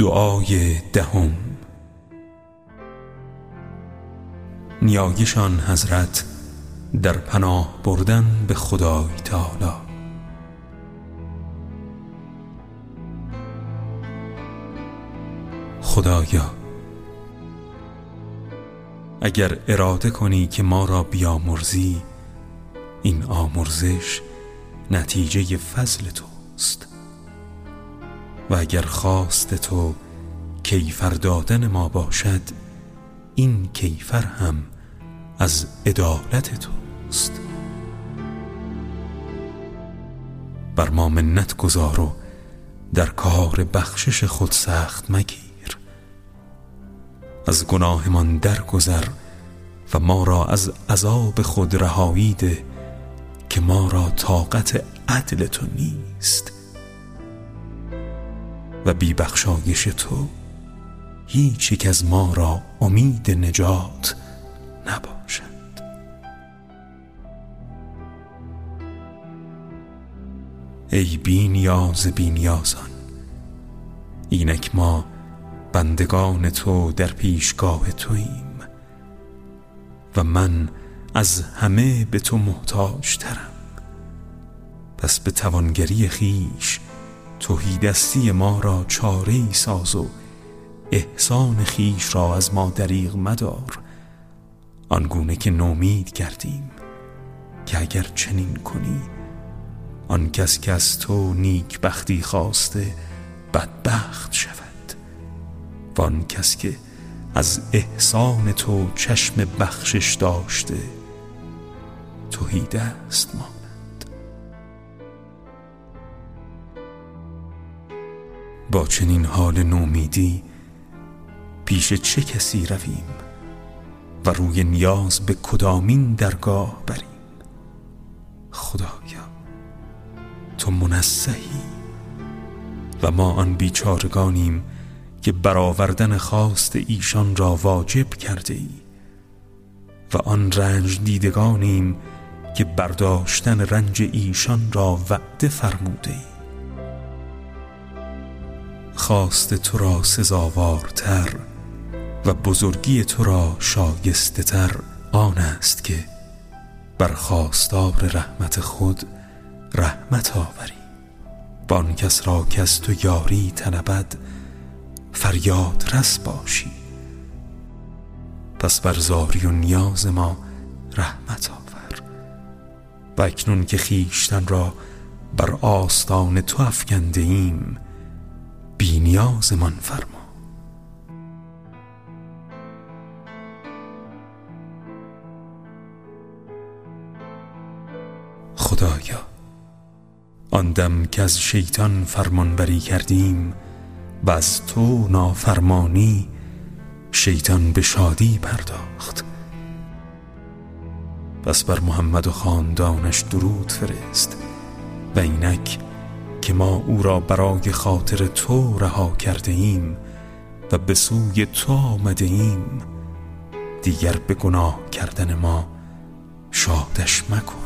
دعای دهم. نیایشان حضرت در پناه بردن به خدای تعالی. خدایا، اگر اراده کنی که ما را بیامرزی، این آمرزش نتیجه فضل توست، و اگر خواست تو کیفر دادن ما باشد، این کیفر هم از عدالت توست. بر ما منت گذار و در کار بخشش خود سخت مگیر. از گناهمان درگذر و ما را از عذاب خود رهایی ده، که ما را طاقت عدل تو نیست و بی بخشایش تو هیچ یک از ما را امید نجات نباشد. ای بی نیاز بی نیازان، اینک ما بندگان تو در پیشگاه توییم و من از همه به تو محتاج ترم. پس به توانگری خیش تهیدستی ما را چاره‌ای ساز و احسان خیش را از ما دریغ مدار، آنگونه که نومید گردیم که اگر چنین کنی، آن کس که از تو نیک بختی خواسته بدبخت شود، و آن کس که از احسان تو چشم بخشش داشته تهیدست ماند. با چنین حال نومیدی پیش چه کسی رویم و روی نیاز به کدامین درگاه بریم؟ خدایا، تو منزهی و ما آن بیچارگانیم که برآوردن خواست ایشان را واجب کرده ای، و آن رنج دیدگانیم که برداشتن رنج ایشان را وعده فرموده ای. خواست تو را سزاوارتر و بزرگی تو را شایسته تر آن است که بر خواستار رحمت خود رحمت آوری، با آن کس را که از تو یاری طلبد فریاد رس باشی. پس بر زاری و نیاز ما رحمت آور، و اکنون که خیشتن را بر آستان تو افکنده ایم، بی نیازمان فرما. خدایا، آن دم که از شیطان فرمانبری کردیم و از تو نافرمانی، شیطان به شادی پرداخت. پس بر محمد و خاندانش درود فرست، و اینک که ما او را برای خاطر تو رها کرده ایم و به سوی تو آمده ایم، دیگر به گناه کردن ما شادش مکن.